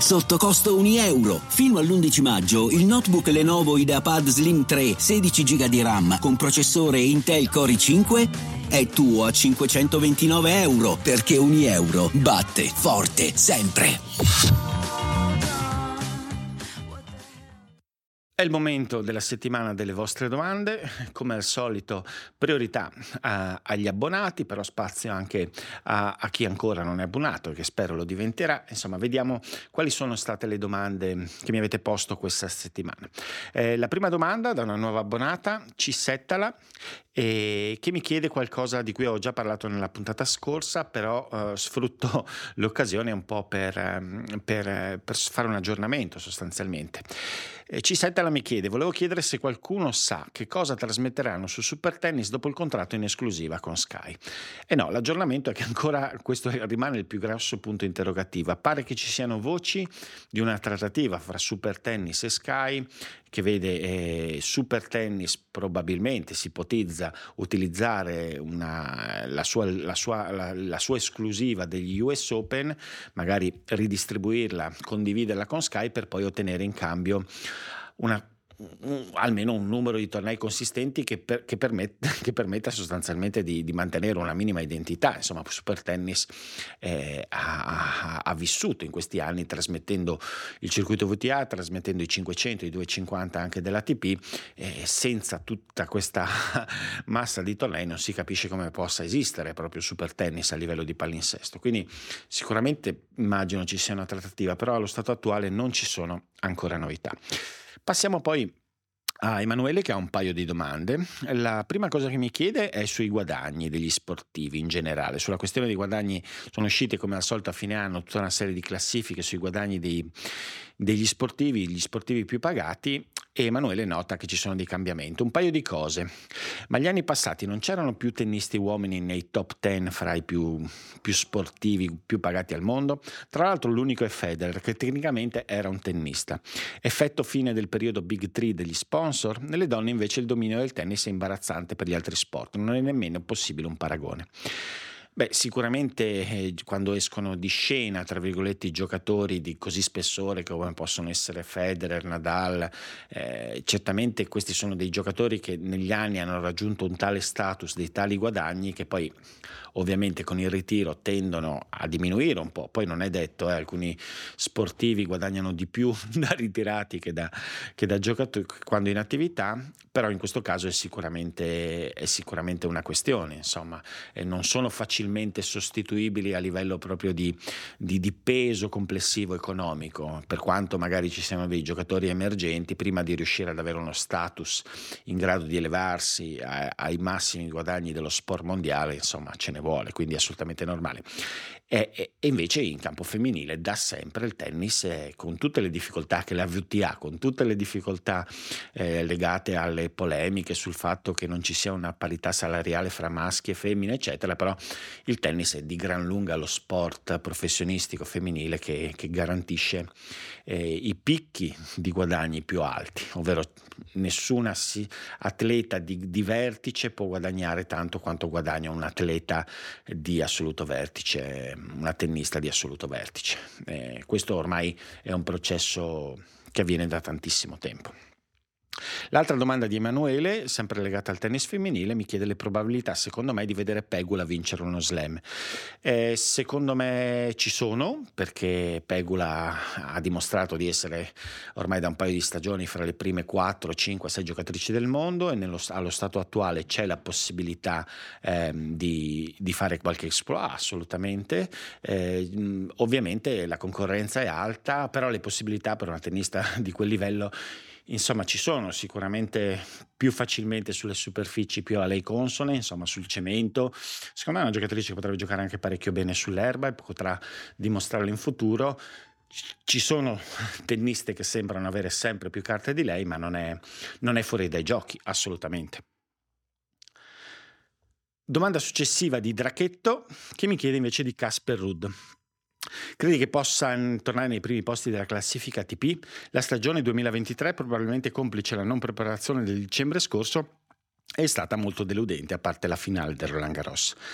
sotto costo €1. Fino all'11 maggio il notebook Lenovo IdeaPad Slim 3 16 GB di RAM con processore Intel Core i5 è tuo a €529, perché €1 batte forte sempre. È il momento della settimana delle vostre domande, come al solito priorità agli abbonati, però spazio anche a chi ancora non è abbonato e che spero lo diventerà. Insomma, vediamo quali sono state le domande che mi avete posto questa settimana. La prima domanda da una nuova abbonata, Cisettala, che mi chiede qualcosa di cui ho già parlato nella puntata scorsa, però sfrutto l'occasione un po' per fare un aggiornamento sostanzialmente. Cisettala mi chiede: volevo chiedere se qualcuno sa che cosa trasmetteranno su Super Tennis dopo il contratto in esclusiva con Sky. E no, l'aggiornamento è che ancora questo rimane il più grosso punto interrogativo. Pare che ci siano voci di una trattativa fra Super Tennis e Sky che vede Super Tennis probabilmente, si ipotizza, utilizzare la sua esclusiva degli US Open, magari ridistribuirla, condividerla con Sky per poi ottenere in cambio almeno un numero di tornei consistenti che permetta sostanzialmente di mantenere una minima identità. Insomma, Super Tennis ha vissuto in questi anni trasmettendo il circuito WTA, trasmettendo i 500, i 250 anche dell'ATP, senza tutta questa massa di tornei non si capisce come possa esistere proprio Super Tennis a livello di palinsesto. Quindi sicuramente immagino ci sia una trattativa, però allo stato attuale non ci sono ancora novità. Passiamo poi a Emanuele, che ha un paio di domande. La prima cosa che mi chiede è sui guadagni degli sportivi in generale. Sulla questione dei guadagni sono uscite come al solito a fine anno tutta una serie di classifiche sui guadagni degli sportivi, gli sportivi più pagati, e Emanuele nota che ci sono dei cambiamenti. Un paio di cose: ma gli anni passati non c'erano più tennisti uomini nei top 10 fra i più sportivi, più pagati al mondo? Tra l'altro l'unico è Federer, che tecnicamente era un tennista. Effetto fine del periodo Big 3 degli sponsor. Nelle donne invece il dominio del tennis è imbarazzante per gli altri sport, non è nemmeno possibile un paragone. Beh, sicuramente quando escono di scena, tra virgolette, i giocatori di così spessore come possono essere Federer, Nadal, certamente questi sono dei giocatori che negli anni hanno raggiunto un tale status, dei tali guadagni, che poi ovviamente con il ritiro tendono a diminuire un po'. Poi non è detto, alcuni sportivi guadagnano di più da ritirati che da giocatori quando in attività, però in questo caso è sicuramente una questione, insomma, non sono facilmente sostituibili a livello proprio di peso complessivo economico, per quanto magari ci siano dei giocatori emergenti. Prima di riuscire ad avere uno status in grado di elevarsi ai massimi guadagni dello sport mondiale, insomma, ce ne vuole, quindi è assolutamente normale. E invece in campo femminile da sempre il tennis, con tutte le difficoltà che la WTA, con tutte le difficoltà legate alle polemiche sul fatto che non ci sia una parità salariale fra maschi e femmine eccetera, però il tennis è di gran lunga lo sport professionistico femminile che garantisce i picchi di guadagni più alti, ovvero nessuna atleta di vertice può guadagnare tanto quanto guadagna un atleta di assoluto vertice, una tennista di assoluto vertice. Questo ormai è un processo che avviene da tantissimo tempo. L'altra domanda di Emanuele, sempre legata al tennis femminile, mi chiede le probabilità secondo me di vedere Pegula vincere uno slam. Secondo me ci sono, perché Pegula ha dimostrato di essere ormai da un paio di stagioni fra le prime 4, 5, 6 giocatrici del mondo, e allo stato attuale c'è la possibilità di fare qualche exploit, assolutamente. Ovviamente la concorrenza è alta, però le possibilità per una tennista di quel livello insomma ci sono. Sicuramente più facilmente sulle superfici più a lei consone, insomma sul cemento. Secondo me è una giocatrice che potrebbe giocare anche parecchio bene sull'erba e potrà dimostrarlo in futuro. Ci sono tenniste che sembrano avere sempre più carte di lei, ma non è fuori dai giochi, assolutamente. Domanda successiva di Drachetto, che mi chiede invece di Casper Ruud. Credi che possa tornare nei primi posti della classifica ATP? La stagione 2023, probabilmente complice la non preparazione del dicembre scorso, è stata molto deludente, a parte la finale del Roland Garros.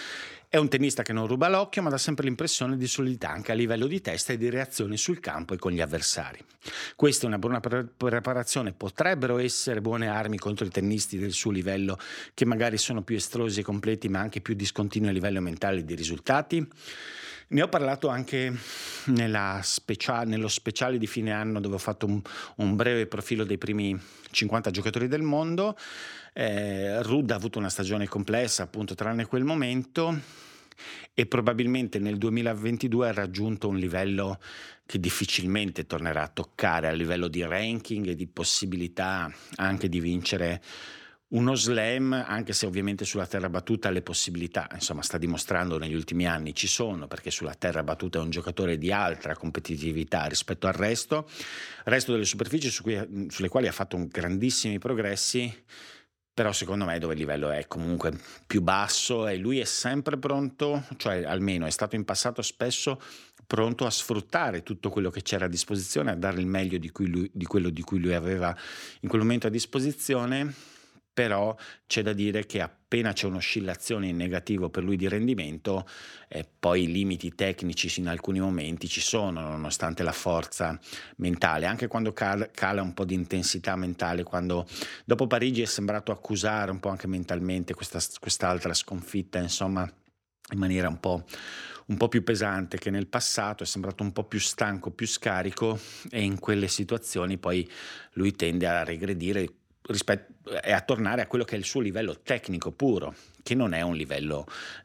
È un tennista che non ruba l'occhio, ma dà sempre l'impressione di solidità anche a livello di testa e di reazione sul campo e con gli avversari. Questa è una buona preparazione, potrebbero essere buone armi contro i tennisti del suo livello, che magari sono più estrosi e completi, ma anche più discontinui a livello mentale di risultati. Ne ho parlato anche nello speciale di fine anno, dove ho fatto un breve profilo dei primi 50 giocatori del mondo. Ruud ha avuto una stagione complessa, appunto, tranne quel momento, e probabilmente nel 2022 ha raggiunto un livello che difficilmente tornerà a toccare a livello di ranking e di possibilità anche di vincere uno slam, anche se ovviamente sulla terra battuta le possibilità, insomma, sta dimostrando negli ultimi anni ci sono, perché sulla terra battuta è un giocatore di altra competitività rispetto al resto delle superfici sulle quali ha fatto grandissimi progressi. Però secondo me dove il livello è comunque più basso, e lui è sempre pronto, cioè almeno è stato in passato spesso pronto a sfruttare tutto quello che c'era a disposizione, a dare il meglio di quello di cui lui aveva in quel momento a disposizione. Però c'è da dire che appena c'è un'oscillazione in negativo per lui di rendimento, poi i limiti tecnici in alcuni momenti ci sono, nonostante la forza mentale. Anche quando cala un po' di intensità mentale, quando dopo Parigi è sembrato accusare un po' anche mentalmente quest'altra sconfitta, insomma, in maniera un po' più pesante che nel passato, è sembrato un po' più stanco, più scarico, e in quelle situazioni poi lui tende a regredire e a tornare a quello che è il suo livello tecnico puro, che non è un livello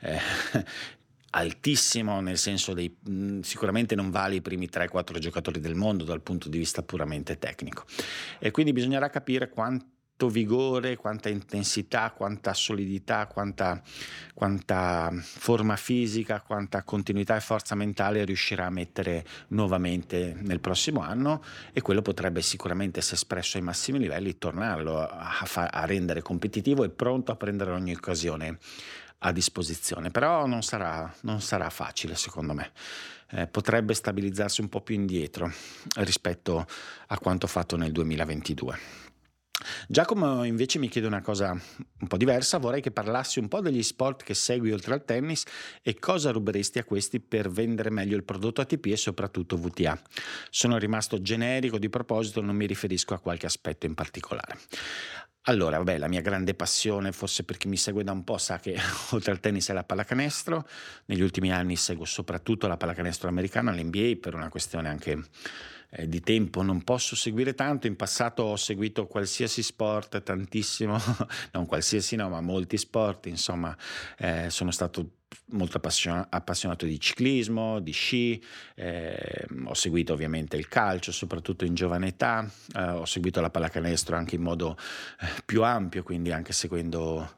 altissimo, nel senso sicuramente non vale i primi 3-4 giocatori del mondo dal punto di vista puramente tecnico, e quindi bisognerà capire quanto vigore, quanta intensità, quanta solidità, quanta forma fisica, quanta continuità e forza mentale riuscirà a mettere nuovamente nel prossimo anno, e quello potrebbe sicuramente, se espresso ai massimi livelli, tornarlo a rendere competitivo e pronto a prendere ogni occasione a disposizione. Però non sarà facile, secondo me. Potrebbe stabilizzarsi un po' più indietro rispetto a quanto fatto nel 2022. Giacomo invece mi chiede una cosa un po' diversa: vorrei che parlassi un po' degli sport che segui oltre al tennis e cosa ruberesti a questi per vendere meglio il prodotto ATP e soprattutto VTA. Sono rimasto generico di proposito, non mi riferisco a qualche aspetto in particolare. Allora, vabbè, la mia grande passione, forse per chi mi segue da un po' sa che oltre al tennis è la pallacanestro. Negli ultimi anni seguo soprattutto la pallacanestro americana, l'NBA, per una questione anche di tempo non posso seguire tanto. In passato ho seguito qualsiasi sport, tantissimo, non qualsiasi no, ma molti sport, insomma. Sono stato molto appassionato di ciclismo, di sci, ho seguito ovviamente il calcio, soprattutto in giovane età, ho seguito la pallacanestro anche in modo più ampio, quindi anche seguendo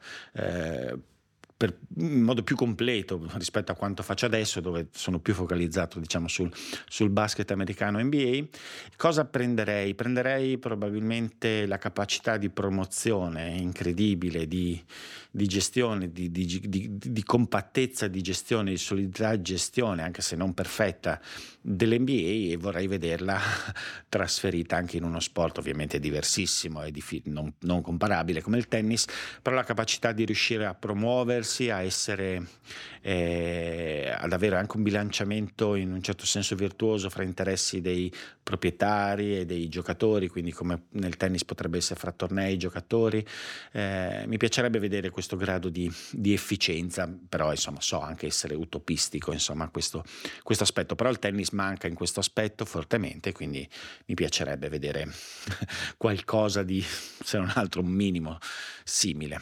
in modo più completo rispetto a quanto faccio adesso, dove sono più focalizzato, diciamo, sul basket americano NBA. Cosa prenderei? Prenderei probabilmente la capacità di promozione incredibile, di gestione, di compattezza di gestione, di solidità di gestione, anche se non perfetta, dell'NBA, e vorrei vederla trasferita anche in uno sport ovviamente diversissimo e non comparabile come il tennis, però la capacità di riuscire a promuoversi, a essere ad avere anche un bilanciamento in un certo senso virtuoso fra interessi dei proprietari e dei giocatori, quindi come nel tennis potrebbe essere fra tornei, giocatori. Mi piacerebbe vedere questo grado di efficienza, però insomma so anche essere utopistico, insomma, questo aspetto, però il tennis manca in questo aspetto fortemente, quindi mi piacerebbe vedere qualcosa di, se non altro, un minimo simile.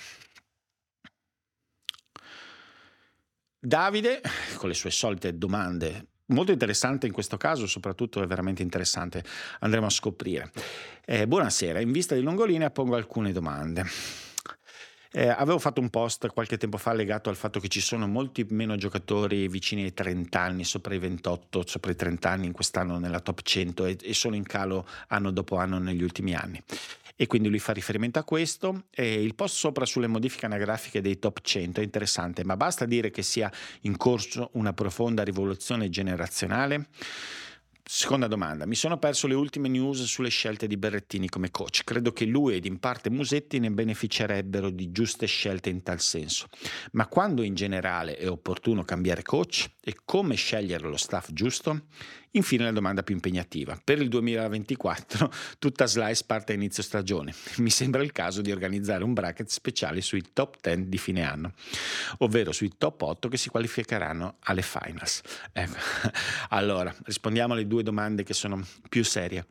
Davide, con le sue solite domande, molto interessante in questo caso, soprattutto è veramente interessante, andremo a scoprire. Buonasera, in vista di Longolinea pongo alcune domande. Avevo fatto un post qualche tempo fa legato al fatto che ci sono molti meno giocatori vicini ai 30 anni, sopra i 28, sopra i 30 anni in quest'anno nella top 100, e sono in calo anno dopo anno negli ultimi anni. E quindi lui fa riferimento a questo. Il post sopra sulle modifiche anagrafiche dei top 100 è interessante, ma basta dire che sia in corso una profonda rivoluzione generazionale? Seconda domanda: mi sono perso le ultime news sulle scelte di Berrettini come coach. Credo che lui ed in parte Musetti ne beneficerebbero di giuste scelte in tal senso. Ma quando in generale è opportuno cambiare coach e come scegliere lo staff giusto? Infine la domanda più impegnativa. Per il 2024 tutta Slice parte a inizio stagione. Mi sembra il caso di organizzare un bracket speciale sui top 10 di fine anno, ovvero sui top 8 che si qualificheranno alle finals. Allora, rispondiamo alle due domande che sono più serie.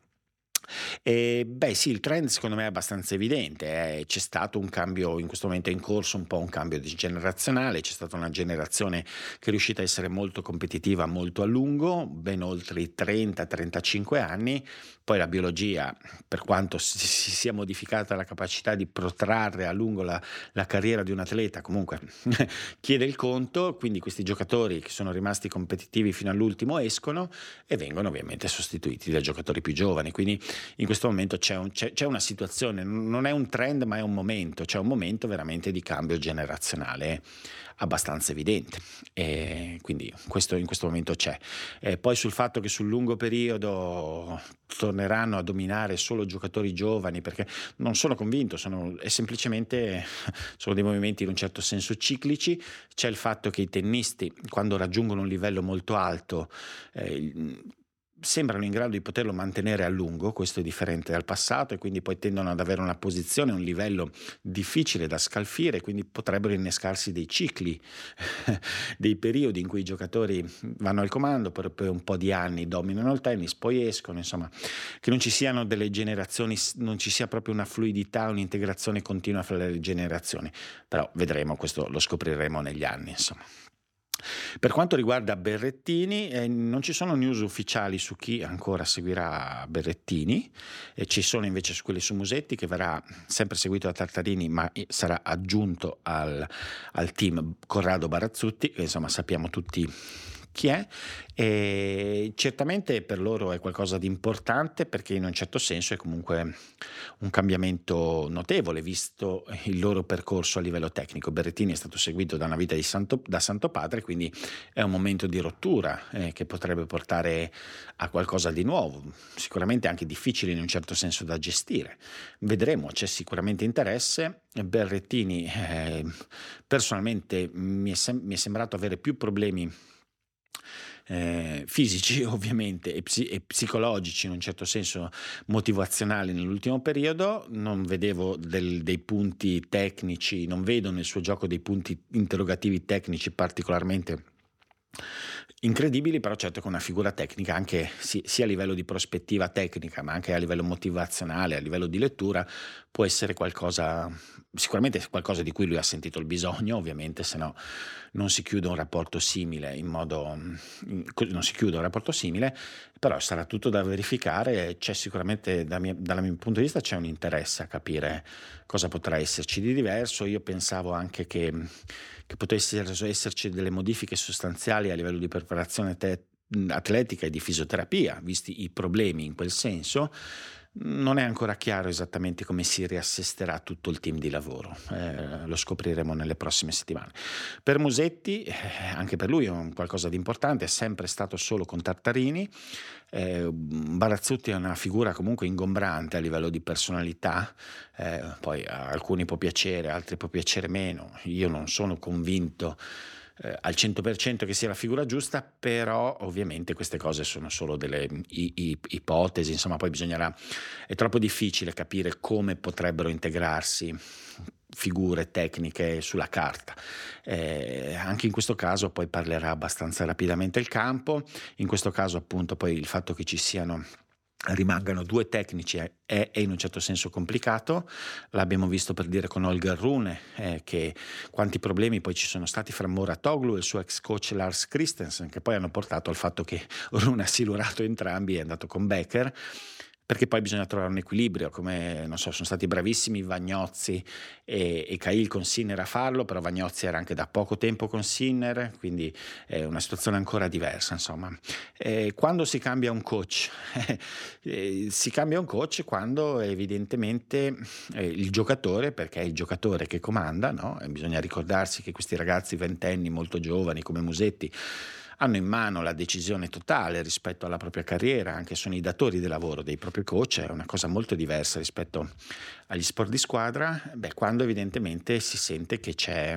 Sì, il trend secondo me è abbastanza evidente, c'è stato un cambio, in questo momento è in corso un po' un cambio generazionale, c'è stata una generazione che è riuscita a essere molto competitiva molto a lungo, ben oltre i 30-35 anni, poi la biologia, per quanto si sia modificata la capacità di protrarre a lungo la carriera di un atleta, comunque chiede il conto, quindi questi giocatori che sono rimasti competitivi fino all'ultimo escono e vengono ovviamente sostituiti dai giocatori più giovani, quindi in questo momento c'è una situazione, non è un trend ma è un momento, c'è un momento veramente di cambio generazionale abbastanza evidente, e quindi questo in questo momento c'è. Poi sul fatto che sul lungo periodo torneranno a dominare solo giocatori giovani, perché non sono convinto, è semplicemente sono dei movimenti in un certo senso ciclici. C'è il fatto che i tennisti, quando raggiungono un livello molto alto, sembrano in grado di poterlo mantenere a lungo, questo è differente dal passato, e quindi poi tendono ad avere una posizione, un livello difficile da scalfire, quindi potrebbero innescarsi dei cicli, dei periodi in cui i giocatori vanno al comando, per un po' di anni dominano il tennis, poi escono, insomma, che non ci siano delle generazioni, non ci sia proprio una fluidità, un'integrazione continua fra le generazioni, però vedremo, questo lo scopriremo negli anni, insomma. Per quanto riguarda Berrettini, non ci sono news ufficiali su chi ancora seguirà Berrettini, ci sono invece quelle su Musetti, che verrà sempre seguito da Tartarini ma sarà aggiunto al team Corrado Barazzutti, che insomma sappiamo tutti chi è, e certamente per loro è qualcosa di importante, perché in un certo senso è comunque un cambiamento notevole visto il loro percorso a livello tecnico. Berrettini è stato seguito da una vita da santo padre, quindi è un momento di rottura che potrebbe portare a qualcosa di nuovo, sicuramente anche difficile in un certo senso da gestire. Vedremo, c'è sicuramente interesse. Berrettini personalmente mi è sembrato avere più problemi fisici ovviamente e psicologici, in un certo senso motivazionali nell'ultimo periodo. Non vedevo dei punti tecnici, non vedo nel suo gioco dei punti interrogativi tecnici particolarmente incredibili, però certo che una figura tecnica, anche sia a livello di prospettiva tecnica ma anche a livello motivazionale, a livello di lettura, può essere sicuramente qualcosa di cui lui ha sentito il bisogno, ovviamente, se no non si chiude un rapporto simile non si chiude un rapporto simile, però sarà tutto da verificare. C'è sicuramente, dal mio punto di vista, c'è un interesse a capire cosa potrà esserci di diverso. Io pensavo anche che potessero esserci delle modifiche sostanziali a livello di preparazione atletica e di fisioterapia, visti i problemi in quel senso. Non è ancora chiaro esattamente come si riassesterà tutto il team di lavoro, lo scopriremo nelle prossime settimane. Per Musetti, anche per lui è qualcosa di importante, è sempre stato solo con Tartarini. Barazzutti è una figura comunque ingombrante a livello di personalità, poi a alcuni può piacere, a altri può piacere meno. Io non sono convinto al 100% che sia la figura giusta, però ovviamente queste cose sono solo delle ipotesi, insomma, poi è troppo difficile capire come potrebbero integrarsi figure tecniche sulla carta. Anche in questo caso poi parlerà abbastanza rapidamente il campo. In questo caso appunto poi il fatto che rimangano due tecnici è in un certo senso complicato. L'abbiamo visto per dire con Holger Rune, che quanti problemi poi ci sono stati fra Mouratoglou e il suo ex coach Lars Christensen, che poi hanno portato al fatto che Rune ha silurato entrambi e è andato con Becker, perché poi bisogna trovare un equilibrio, come non so, sono stati bravissimi Vagnozzi e Cahill con Sinner a farlo, però Vagnozzi era anche da poco tempo con Sinner, quindi è una situazione ancora diversa, insomma. Quando si cambia un coach? Si cambia un coach quando evidentemente il giocatore, perché è il giocatore che comanda, no? E bisogna ricordarsi che questi ragazzi ventenni molto giovani come Musetti hanno in mano la decisione totale rispetto alla propria carriera, anche sono i datori di lavoro dei propri coach, è una cosa molto diversa rispetto agli sport di squadra, quando evidentemente si sente che c'è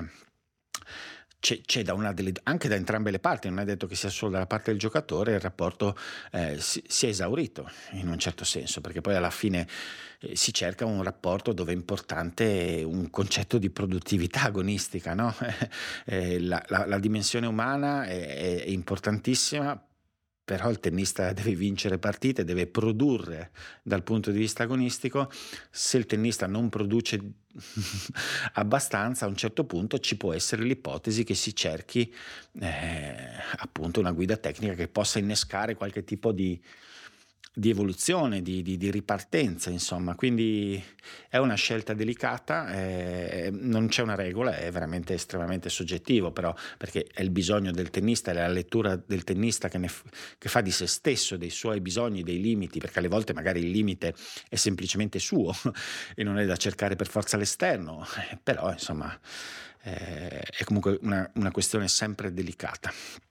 anche da entrambe le parti, non è detto che sia solo dalla parte del giocatore, il rapporto si è esaurito in un certo senso, perché poi alla fine si cerca un rapporto dove è importante un concetto di produttività agonistica, no? La dimensione umana è importantissima. Però il tennista deve vincere partite, deve produrre dal punto di vista agonistico. Se il tennista non produce abbastanza, a un certo punto ci può essere l'ipotesi che si cerchi appunto una guida tecnica che possa innescare qualche tipo di evoluzione, di ripartenza, insomma. Quindi è una scelta delicata, non c'è una regola, è veramente estremamente soggettivo, però, perché è il bisogno del tennista, è la lettura del tennista che fa di se stesso, dei suoi bisogni, dei limiti, perché alle volte magari il limite è semplicemente suo e non è da cercare per forza all'esterno, però insomma è comunque una questione sempre delicata.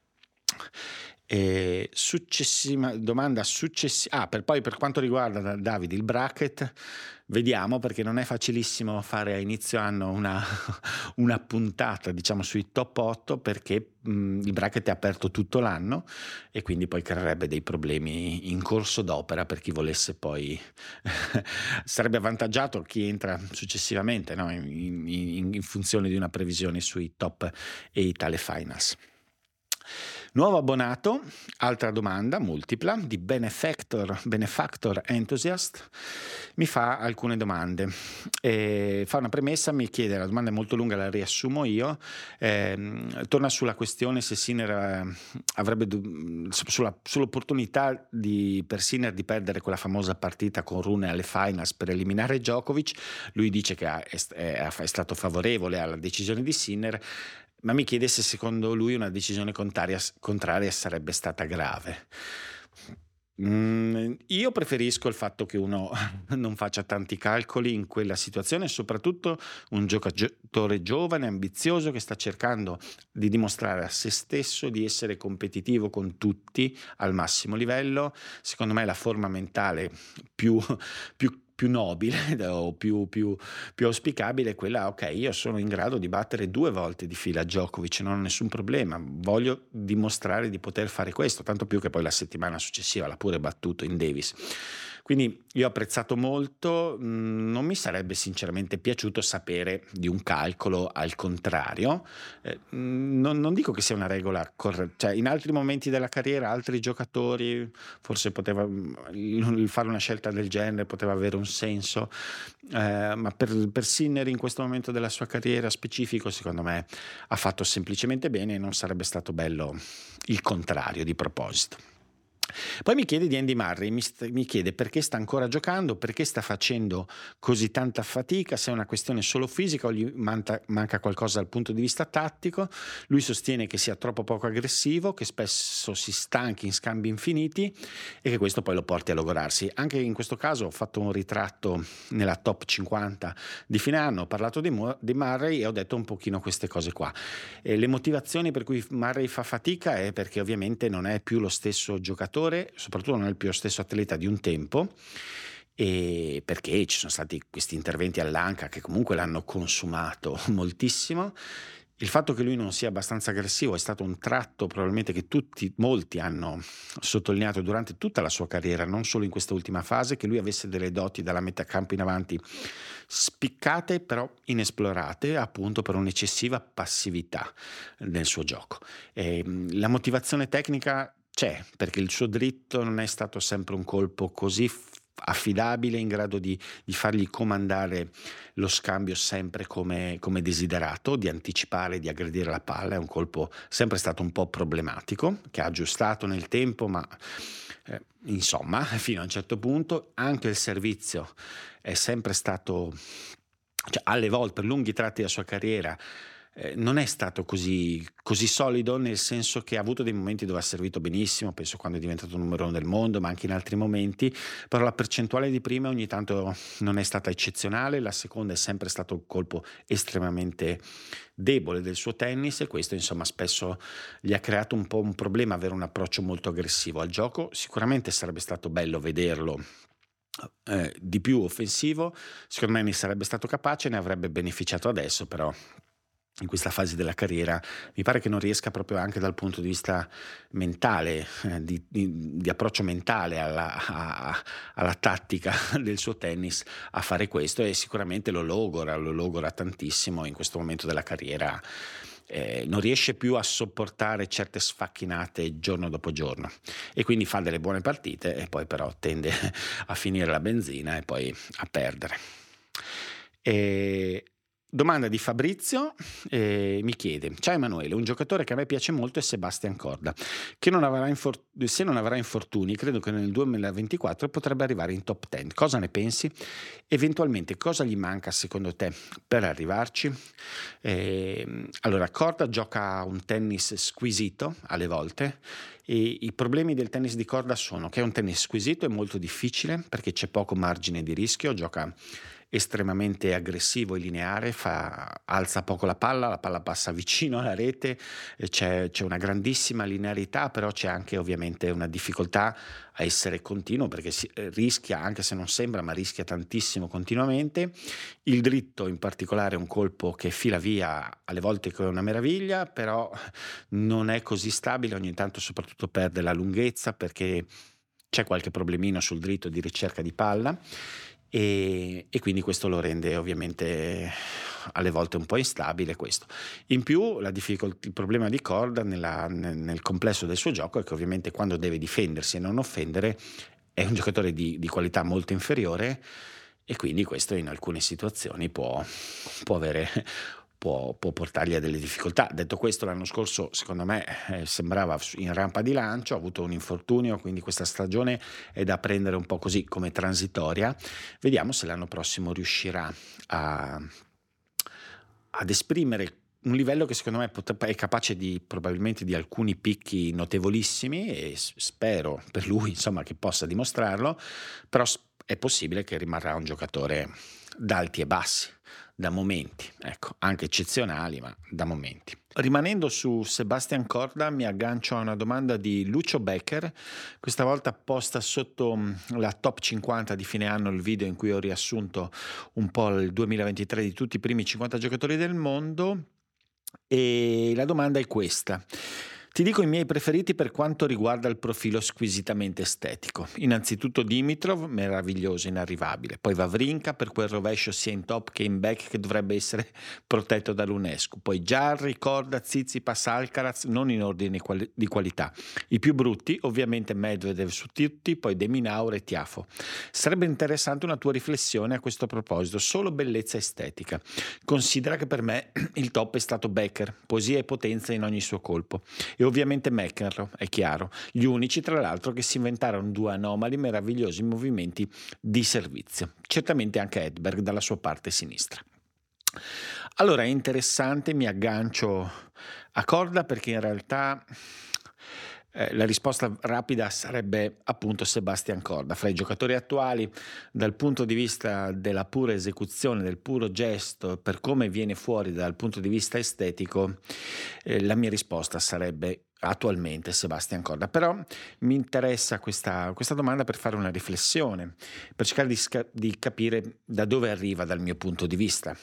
Successiva domanda per quanto riguarda Davide il bracket, vediamo, perché non è facilissimo fare a inizio anno una puntata diciamo sui top 8, perché il bracket è aperto tutto l'anno e quindi poi creerebbe dei problemi in corso d'opera per chi volesse poi sarebbe avvantaggiato chi entra successivamente, no? in funzione di una previsione sui top 8 alle finals. Nuovo abbonato, altra domanda multipla di Benefactor Enthusiast, mi fa alcune domande, fa una premessa, mi chiede, la domanda è molto lunga, la riassumo io, torna sulla questione se Sinner avrebbe sull'opportunità per Sinner di perdere quella famosa partita con Rune alle finals per eliminare Djokovic. Lui dice che è stato favorevole alla decisione di Sinner, ma mi chiede se secondo lui una decisione contraria sarebbe stata grave. Io preferisco il fatto che uno non faccia tanti calcoli in quella situazione, soprattutto un giocatore giovane, ambizioso, che sta cercando di dimostrare a se stesso di essere competitivo con tutti al massimo livello. Secondo me la forma mentale più nobile o più auspicabile è quella: ok, io sono in grado di battere 2 volte di fila Djokovic, non ho nessun problema, voglio dimostrare di poter fare questo, tanto più che poi la settimana successiva l'ha pure battuto in Davis. Quindi io ho apprezzato molto, non mi sarebbe sinceramente piaciuto sapere di un calcolo al contrario, non dico che sia una regola corretta, cioè in altri momenti della carriera altri giocatori forse fare una scelta del genere poteva avere un senso, ma per Sinner in questo momento della sua carriera specifico, secondo me ha fatto semplicemente bene e non sarebbe stato bello il contrario di proposito. Poi mi chiede di Andy Murray, mi chiede perché sta ancora giocando, perché sta facendo così tanta fatica, se è una questione solo fisica o gli manca qualcosa dal punto di vista tattico. Lui sostiene che sia troppo poco aggressivo, che spesso si stanchi in scambi infiniti e che questo poi lo porti a logorarsi. Anche in questo caso ho fatto un ritratto nella top 50 di fine anno, ho parlato di Murray e ho detto un pochino queste cose qua. Le motivazioni per cui Murray fa fatica è perché ovviamente non è più lo stesso giocatore, soprattutto non è più lo stesso atleta di un tempo, e perché ci sono stati questi interventi all'anca che comunque l'hanno consumato moltissimo. Il fatto che lui non sia abbastanza aggressivo è stato un tratto probabilmente che molti hanno sottolineato durante tutta la sua carriera, non solo in questa ultima fase, che lui avesse delle doti dalla metà campo in avanti spiccate però inesplorate, appunto per un'eccessiva passività nel suo gioco. La motivazione tecnica c'è, perché il suo dritto non è stato sempre un colpo così affidabile, in grado di fargli comandare lo scambio sempre come desiderato, di anticipare, di aggredire la palla. È un colpo sempre stato un po' problematico, che ha aggiustato nel tempo, ma insomma fino a un certo punto. Anche il servizio è sempre stato, cioè alle volte per lunghi tratti della sua carriera non è stato così solido, nel senso che ha avuto dei momenti dove ha servito benissimo, penso quando è diventato numero 1 del mondo, ma anche in altri momenti, però la percentuale di prima ogni tanto non è stata eccezionale, la seconda è sempre stato un colpo estremamente debole del suo tennis e questo insomma spesso gli ha creato un po' un problema avere un approccio molto aggressivo al gioco. Sicuramente sarebbe stato bello vederlo di più offensivo, secondo me ne sarebbe stato capace, ne avrebbe beneficiato adesso, però in questa fase della carriera mi pare che non riesca proprio anche dal punto di vista mentale, di approccio mentale alla tattica del suo tennis a fare questo e sicuramente lo logora tantissimo in questo momento della carriera. Non riesce più a sopportare certe sfacchinate giorno dopo giorno e quindi fa delle buone partite e poi però tende a finire la benzina e poi a perdere. Domanda di Fabrizio, mi chiede: ciao Emanuele, un giocatore che a me piace molto è Sebastian Corda, che se non avrà infortuni credo che nel 2024 potrebbe arrivare in top 10. Cosa ne pensi? Eventualmente cosa gli manca secondo te per arrivarci? Allora, Corda gioca un tennis squisito alle volte e i problemi del tennis di Corda sono che è un tennis squisito e molto difficile perché c'è poco margine di rischio, gioca estremamente aggressivo e lineare, alza poco la palla passa vicino alla rete, c'è una grandissima linearità, però c'è anche ovviamente una difficoltà a essere continuo perché rischia, anche se non sembra, ma rischia tantissimo continuamente. Il dritto in particolare è un colpo che fila via alle volte con una meraviglia, però non è così stabile, ogni tanto soprattutto perde la lunghezza perché c'è qualche problemino sul dritto di ricerca di palla. E quindi questo lo rende ovviamente alle volte un po' instabile questo. In più il problema di Corda nel complesso del suo gioco è che ovviamente quando deve difendersi e non offendere è un giocatore di qualità molto inferiore e quindi questo in alcune situazioni può portargli a delle difficoltà. Detto questo, l'anno scorso secondo me sembrava in rampa di lancio, ha avuto un infortunio, quindi questa stagione è da prendere un po' così come transitoria. Vediamo se l'anno prossimo riuscirà ad esprimere un livello che secondo me è capace probabilmente di alcuni picchi notevolissimi e spero per lui insomma che possa dimostrarlo, però è possibile che rimarrà un giocatore da alti e bassi, da momenti, ecco, anche eccezionali, ma da momenti. Rimanendo su Sebastian Corda, mi aggancio a una domanda di Lucio Becker, questa volta posta sotto la top 50 di fine anno, il video in cui ho riassunto un po' il 2023 di tutti i primi 50 giocatori del mondo, e la domanda è questa. Ti dico i miei preferiti per quanto riguarda il profilo squisitamente estetico. Innanzitutto Dimitrov, meraviglioso, inarrivabile. Poi Wawrinka per quel rovescio sia in top che in back che dovrebbe essere protetto dall'UNESCO. Poi Jarry, Corda, Tsitsipas, Alcaraz, non in ordine di qualità. I più brutti, ovviamente Medvedev su tutti, poi De Minaur e Tiafo. Sarebbe interessante una tua riflessione a questo proposito, solo bellezza estetica. Considera che per me il top è stato Becker, poesia e potenza in ogni suo colpo. E ovviamente McEnroe, è chiaro, gli unici tra l'altro che si inventarono due anomali meravigliosi movimenti di servizio, certamente anche Edberg dalla sua parte sinistra. Allora è interessante, mi aggancio a Corda perché in realtà la risposta rapida sarebbe appunto Sebastian Corda. Fra i giocatori attuali, dal punto di vista della pura esecuzione, del puro gesto, per come viene fuori dal punto di vista estetico, la mia risposta sarebbe attualmente Sebastian Corda. Però mi interessa questa domanda per fare una riflessione, per cercare di capire da dove arriva dal mio punto di vista.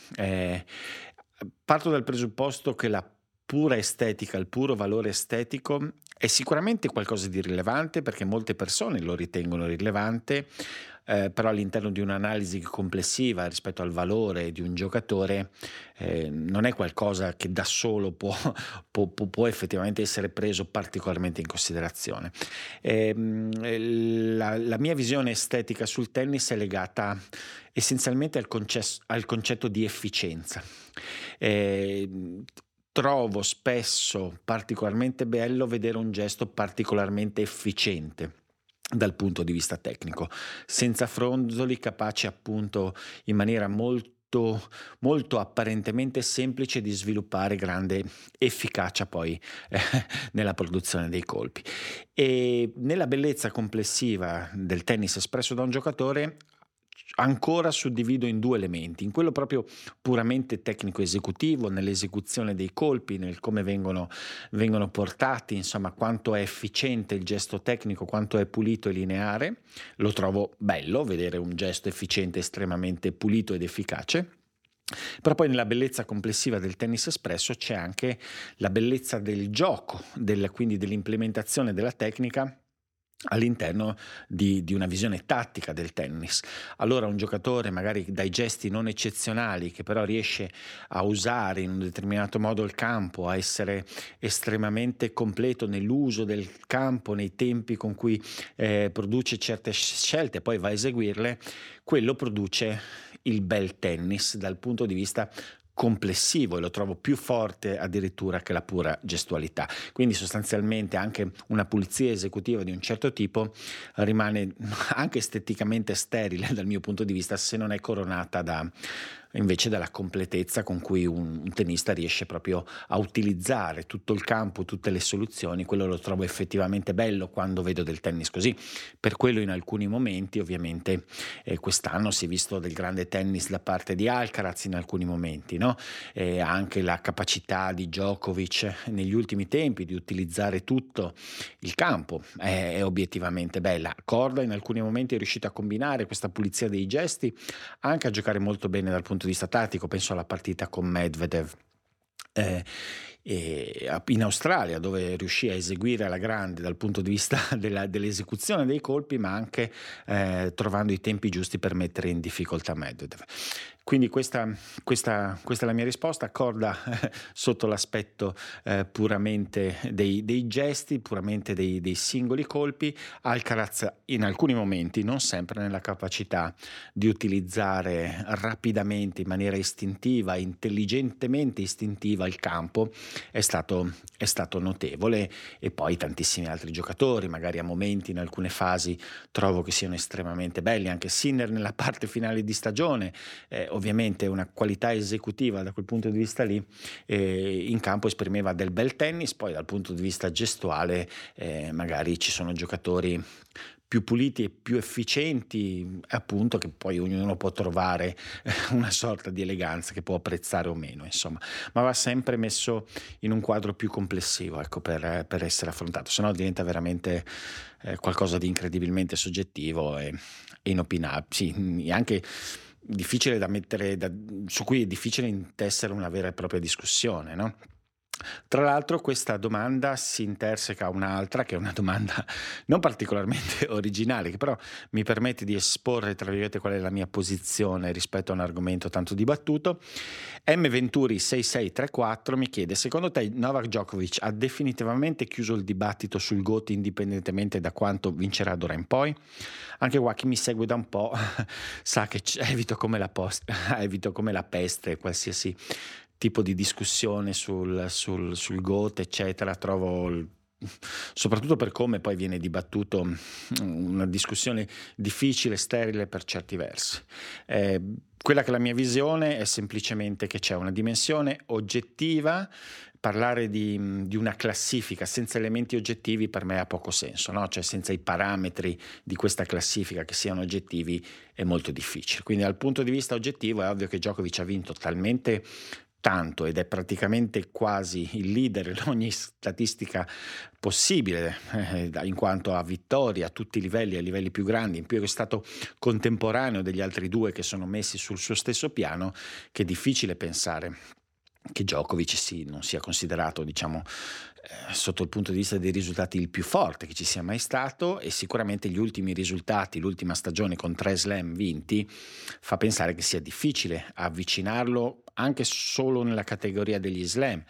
Parto dal presupposto che la pura estetica, il puro valore estetico è sicuramente qualcosa di rilevante perché molte persone lo ritengono rilevante, però all'interno di un'analisi complessiva rispetto al valore di un giocatore non è qualcosa che da solo può effettivamente essere preso particolarmente in considerazione. La mia visione estetica sul tennis è legata essenzialmente al concetto di efficienza. Trovo spesso particolarmente bello vedere un gesto particolarmente efficiente dal punto di vista tecnico, senza fronzoli, capace appunto in maniera molto molto apparentemente semplice di sviluppare grande efficacia poi nella produzione dei colpi. E nella bellezza complessiva del tennis espresso da un giocatore ancora suddivido in due elementi: in quello proprio puramente tecnico esecutivo, nell'esecuzione dei colpi, nel come vengono portati, insomma quanto è efficiente il gesto tecnico, quanto è pulito e lineare. Lo trovo bello vedere un gesto efficiente, estremamente pulito ed efficace. Però poi nella bellezza complessiva del tennis espresso c'è anche la bellezza del gioco, quindi dell'implementazione della tecnica all'interno di una visione tattica del tennis. Allora un giocatore magari dai gesti non eccezionali, che però riesce a usare in un determinato modo il campo, a essere estremamente completo nell'uso del campo, nei tempi con cui produce certe scelte, poi va a eseguirle, quello produce il bel tennis dal punto di vista complessivo, e lo trovo più forte addirittura che la pura gestualità. Quindi sostanzialmente anche una pulizia esecutiva di un certo tipo rimane anche esteticamente sterile dal mio punto di vista, se non è coronata invece dalla completezza con cui un tennista riesce proprio a utilizzare tutto il campo, tutte le soluzioni. Quello lo trovo effettivamente bello quando vedo del tennis così. Per quello in alcuni momenti, ovviamente quest'anno si è visto del grande tennis da parte di Alcaraz in alcuni momenti, no? Anche la capacità di Djokovic negli ultimi tempi di utilizzare tutto il campo è obiettivamente bella. Korda in alcuni momenti è riuscito a combinare questa pulizia dei gesti anche a giocare molto bene dal punto di vista tattico. Penso alla partita con Medvedev in Australia, dove riuscì a eseguire alla grande dal punto di vista dell'esecuzione dei colpi, ma anche trovando i tempi giusti per mettere in difficoltà Medvedev. Quindi questa è la mia risposta. Korda sotto l'aspetto puramente dei gesti, puramente dei singoli colpi. Alcaraz in alcuni momenti, non sempre, nella capacità di utilizzare rapidamente, in maniera istintiva, intelligentemente istintiva, il campo è stato notevole. E poi tantissimi altri giocatori, magari a momenti in alcune fasi trovo che siano estremamente belli. Anche Sinner nella parte finale di stagione, ovviamente una qualità esecutiva da quel punto di vista lì, in campo esprimeva del bel tennis. Poi dal punto di vista gestuale magari ci sono giocatori più puliti e più efficienti, appunto, che poi ognuno può trovare una sorta di eleganza che può apprezzare o meno, insomma, ma va sempre messo in un quadro più complessivo, ecco, per essere affrontato, se no diventa veramente qualcosa di incredibilmente soggettivo e inopinabile, sì, anche difficile da mettere, su cui è difficile intessere una vera e propria discussione, no? Tra l'altro questa domanda si interseca a un'altra, che è una domanda non particolarmente originale, che però mi permette di esporre, tra virgolette, qual è la mia posizione rispetto a un argomento tanto dibattuto. M Venturi 6634 mi chiede: secondo te Novak Djokovic ha definitivamente chiuso il dibattito sul GOAT, indipendentemente da quanto vincerà d'ora in poi? Anche qua chi mi segue da un po' sa che evito come la peste qualsiasi tipo di discussione sul GOAT, eccetera. Trovo, soprattutto per come poi viene dibattuto, una discussione difficile, sterile per certi versi. Quella che è la mia visione è semplicemente che c'è una dimensione oggettiva. Parlare di una classifica senza elementi oggettivi per me ha poco senso, no? Cioè senza i parametri di questa classifica che siano oggettivi è molto difficile. Quindi dal punto di vista oggettivo è ovvio che Djokovic ha vinto talmente tanto ed è praticamente quasi il leader in ogni statistica possibile, in quanto a vittorie a tutti i livelli, ai livelli più grandi, in più è stato contemporaneo degli altri due che sono messi sul suo stesso piano, che è difficile pensare che Djokovic non sia considerato, diciamo, sotto il punto di vista dei risultati il più forte che ci sia mai stato. E sicuramente gli ultimi risultati, l'ultima stagione con 3 slam vinti, fa pensare che sia difficile avvicinarlo anche solo nella categoria degli slam.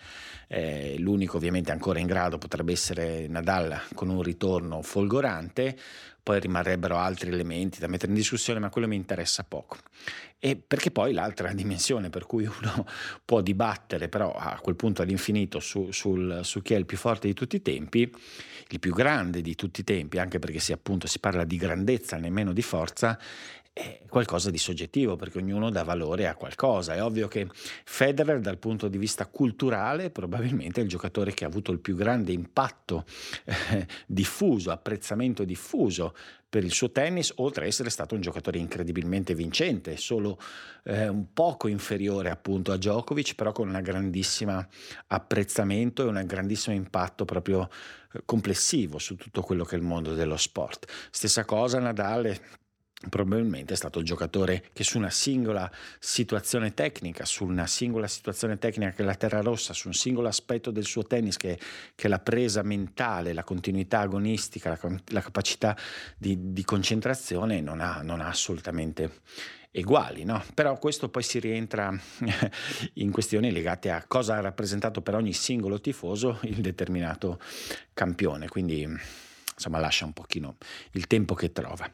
L'unico ovviamente ancora in grado potrebbe essere Nadal, con un ritorno folgorante. poi rimarrebbero altri elementi da mettere in discussione, ma quello mi interessa poco. E perché poi l'altra dimensione per cui uno può dibattere, però a quel punto all'infinito, su chi è il più forte di tutti i tempi, il più grande di tutti i tempi, anche perché appunto si parla di grandezza, nemmeno di forza, è qualcosa di soggettivo, perché ognuno dà valore a qualcosa. È ovvio che Federer, dal punto di vista culturale, probabilmente è il giocatore che ha avuto il più grande impatto diffuso, apprezzamento diffuso per il suo tennis, oltre a essere stato un giocatore incredibilmente vincente, solo un poco inferiore appunto a Djokovic, però con una grandissima apprezzamento e un grandissimo impatto proprio complessivo su tutto quello che è il mondo dello sport. Stessa cosa Nadal. Probabilmente è stato il giocatore che su una singola situazione tecnica, che è la terra rossa, su un singolo aspetto del suo tennis che è la presa mentale, la continuità agonistica, la capacità di concentrazione, non ha assolutamente uguali, no? Però questo poi si rientra in questioni legate a cosa ha rappresentato per ogni singolo tifoso il determinato campione, quindi insomma lascia un pochino il tempo che trova.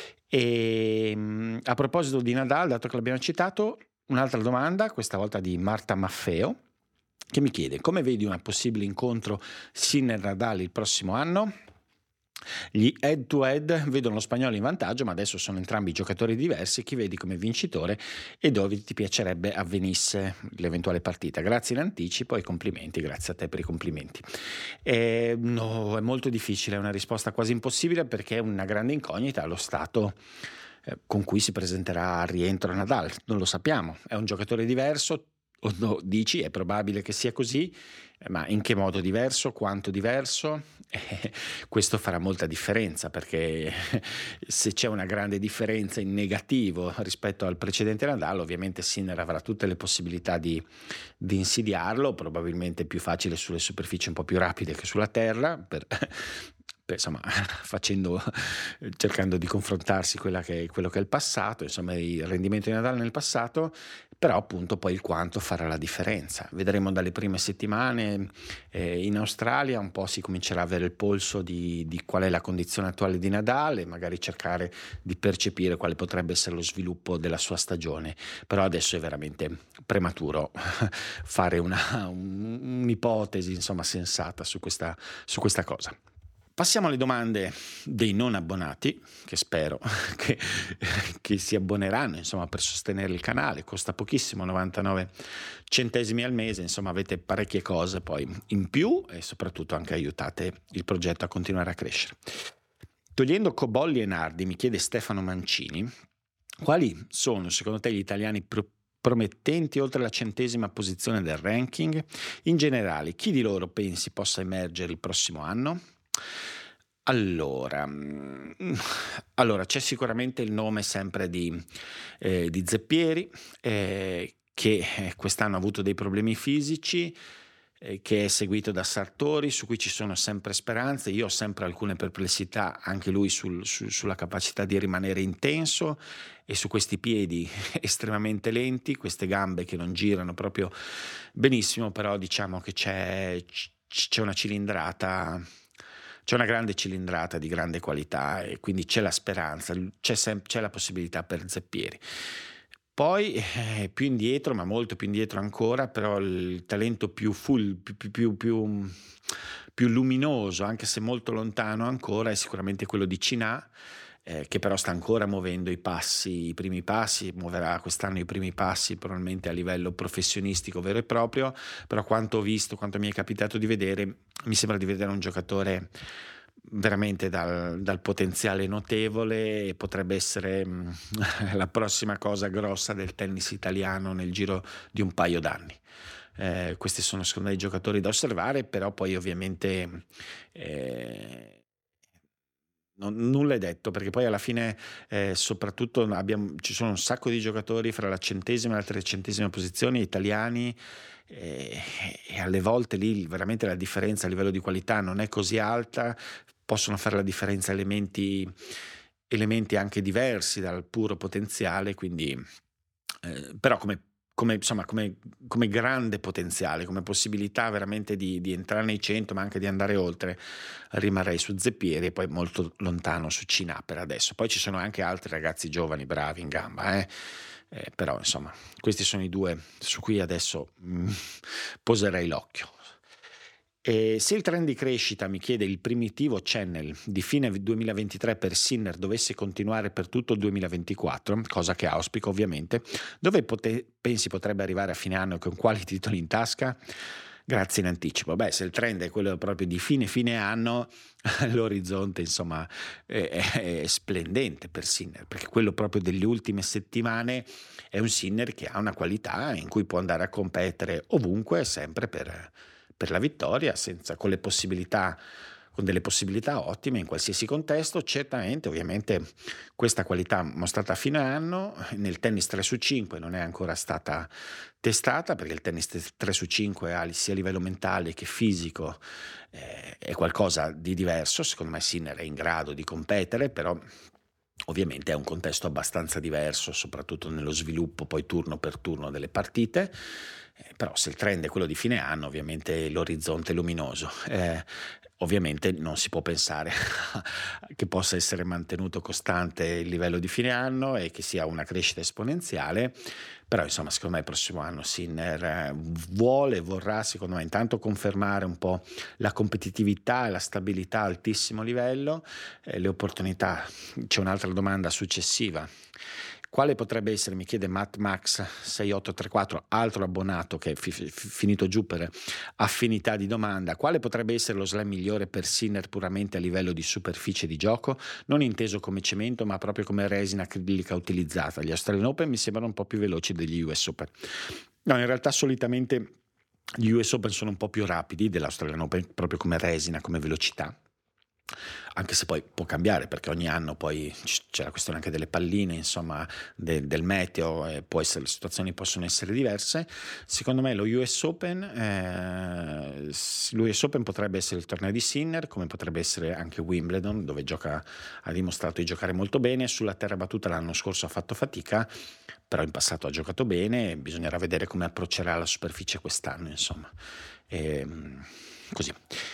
E a proposito di Nadal, dato che l'abbiamo citato, un'altra domanda, questa volta di Marta Maffeo, che mi chiede: come vedi un possibile incontro Sinner-Nadal il prossimo anno? Gli head to head vedono lo spagnolo in vantaggio, ma adesso sono entrambi giocatori diversi. Chi vedi come vincitore e dove ti piacerebbe avvenisse l'eventuale partita? Grazie in anticipo e complimenti. Grazie a te per i complimenti. No, è molto difficile, è una risposta quasi impossibile, perché è una grande incognita lo stato con cui si presenterà al rientro Nadal. Non lo sappiamo, è un giocatore diverso. O no, dici è probabile che sia così, ma in che modo diverso, quanto diverso? Questo farà molta differenza, perché se c'è una grande differenza in negativo rispetto al precedente Nadal, ovviamente Sinner avrà tutte le possibilità di insidiarlo, probabilmente più facile sulle superfici un po' più rapide che sulla terra, insomma, cercando di confrontarsi quello che è il passato, insomma il rendimento di Nadal nel passato, però appunto poi il quanto farà la differenza. Vedremo dalle prime settimane in Australia, un po' si comincerà a avere il polso di qual è la condizione attuale di Nadal e magari cercare di percepire quale potrebbe essere lo sviluppo della sua stagione, però adesso è veramente prematuro fare un'ipotesi insomma sensata su questa cosa. Passiamo alle domande dei non abbonati, che spero che si abboneranno insomma per sostenere il canale. Costa pochissimo, 99 centesimi al mese, insomma avete parecchie cose poi in più e soprattutto anche aiutate il progetto a continuare a crescere. Togliendo Cobolli e Nardi, mi chiede Stefano Mancini, quali sono secondo te gli italiani promettenti oltre la 100ª posizione del ranking? In generale, chi di loro pensi possa emergere il prossimo anno? Allora, c'è sicuramente il nome sempre di Zeppieri, che quest'anno ha avuto dei problemi fisici, che è seguito da Sartori, su cui ci sono sempre speranze. Io ho sempre alcune perplessità, anche lui sulla capacità di rimanere intenso, e su questi piedi estremamente lenti, queste gambe che non girano proprio benissimo, però diciamo che c'è una cilindrata. C'è una grande cilindrata di grande qualità e quindi c'è la speranza, c'è la possibilità per Zeppieri. Poi più indietro, ma molto più indietro ancora, però il talento più luminoso, anche se molto lontano ancora, è sicuramente quello di Cinà, che però sta ancora muovendo i primi passi, muoverà quest'anno i primi passi probabilmente a livello professionistico vero e proprio, però quanto ho visto, quanto mi è capitato di vedere, mi sembra di vedere un giocatore veramente dal potenziale notevole e potrebbe essere la prossima cosa grossa del tennis italiano nel giro di un paio d'anni. Questi sono secondo me i giocatori da osservare, però poi ovviamente nulla è detto, perché poi alla fine soprattutto ci sono un sacco di giocatori fra la 100ª e la 300ª posizione italiani, e alle volte lì veramente la differenza a livello di qualità non è così alta, possono fare la differenza elementi anche diversi dal puro potenziale, quindi però come come grande potenziale, come possibilità veramente di entrare nei 100, ma anche di andare oltre, rimarrei su Zeppieri e poi molto lontano su Cinà per adesso. Poi ci sono anche altri ragazzi giovani bravi in gamba, però insomma questi sono i due su cui adesso poserei l'occhio. E se il trend di crescita, mi chiede il primitivo channel, di fine 2023 per Sinner dovesse continuare per tutto il 2024, cosa che auspico ovviamente, dove pensi potrebbe arrivare a fine anno e con quali titoli in tasca? Grazie in anticipo. Se il trend è quello proprio di fine anno, l'orizzonte insomma è splendente per Sinner, perché quello proprio delle ultime settimane è un Sinner che ha una qualità in cui può andare a competere ovunque, sempre per la vittoria, con delle possibilità ottime in qualsiasi contesto. Certamente, ovviamente, questa qualità mostrata a fine anno nel tennis 3/5 non è ancora stata testata, perché il tennis 3/5 sia a livello mentale che fisico è qualcosa di diverso. Secondo me Sinner è in grado di competere, però ovviamente è un contesto abbastanza diverso, soprattutto nello sviluppo poi turno per turno delle partite. Però se il trend è quello di fine anno, ovviamente l'orizzonte è luminoso. Ovviamente non si può pensare che possa essere mantenuto costante il livello di fine anno e che sia una crescita esponenziale, però insomma secondo me il prossimo anno Sinner vorrà secondo me intanto confermare un po' la competitività e la stabilità a altissimo livello, le opportunità. C'è un'altra domanda successiva. Quale potrebbe essere, mi chiede Matt Max 6834, altro abbonato che è finito giù per affinità di domanda, quale potrebbe essere lo slam migliore per Sinner puramente a livello di superficie di gioco, non inteso come cemento ma proprio come resina acrilica utilizzata? Gli Australian Open mi sembrano un po' più veloci degli US Open. No, in realtà solitamente gli US Open sono un po' più rapidi dell'Australian Open proprio come resina, come velocità. Anche se poi può cambiare, perché ogni anno poi c'è la questione anche delle palline, insomma, del meteo, le situazioni possono essere diverse. Secondo me lo US Open potrebbe essere il torneo di Sinner, come potrebbe essere anche Wimbledon, dove ha dimostrato di giocare molto bene. Sulla terra battuta l'anno scorso ha fatto fatica, però in passato ha giocato bene, bisognerà vedere come approccerà la superficie quest'anno, insomma. Così.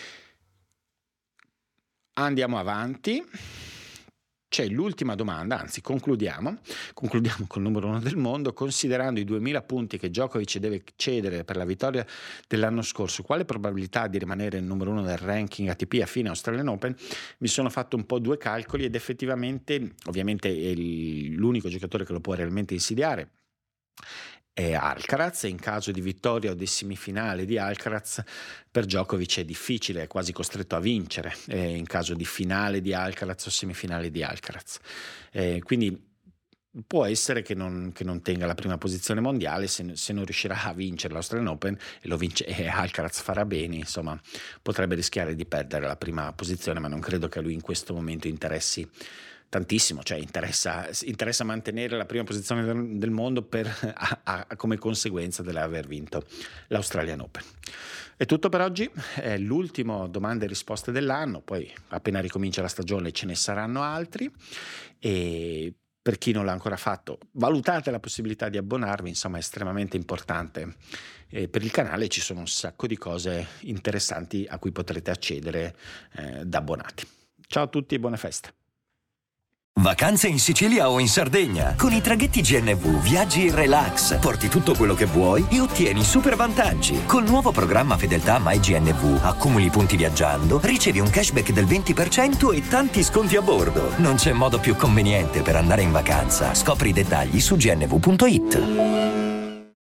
Andiamo avanti, c'è l'ultima domanda, anzi concludiamo col numero 1 del mondo. Considerando i 2000 punti che Djokovic deve cedere per la vittoria dell'anno scorso, quale probabilità di rimanere il numero 1 del ranking ATP a fine Australian Open? Mi sono fatto un po' due calcoli ed effettivamente, ovviamente l'unico giocatore che lo può realmente insidiare è Alcaraz, e in caso di vittoria o di semifinale di Alcaraz per Djokovic è difficile, è quasi costretto a vincere in caso di finale di Alcaraz o semifinale di Alcaraz, quindi può essere che non tenga la prima posizione mondiale se non riuscirà a vincere l'Australian Open e lo vince e Alcaraz farà bene, insomma potrebbe rischiare di perdere la prima posizione, ma non credo che a lui in questo momento interessi tantissimo, cioè interessa mantenere la prima posizione del mondo come conseguenza dell'aver vinto l'Australian Open. È tutto per oggi, è l'ultimo domande e risposte dell'anno, poi appena ricomincia la stagione ce ne saranno altri, e per chi non l'ha ancora fatto valutate la possibilità di abbonarvi, insomma è estremamente importante. Per il canale ci sono un sacco di cose interessanti a cui potrete accedere da abbonati. Ciao a tutti e buone feste. Vacanze in Sicilia o in Sardegna. Con i traghetti GNV viaggi in relax, porti tutto quello che vuoi e ottieni super vantaggi. Col nuovo programma Fedeltà MyGNV accumuli punti viaggiando, ricevi un cashback del 20% e tanti sconti a bordo. Non c'è modo più conveniente per andare in vacanza. Scopri i dettagli su gnv.it.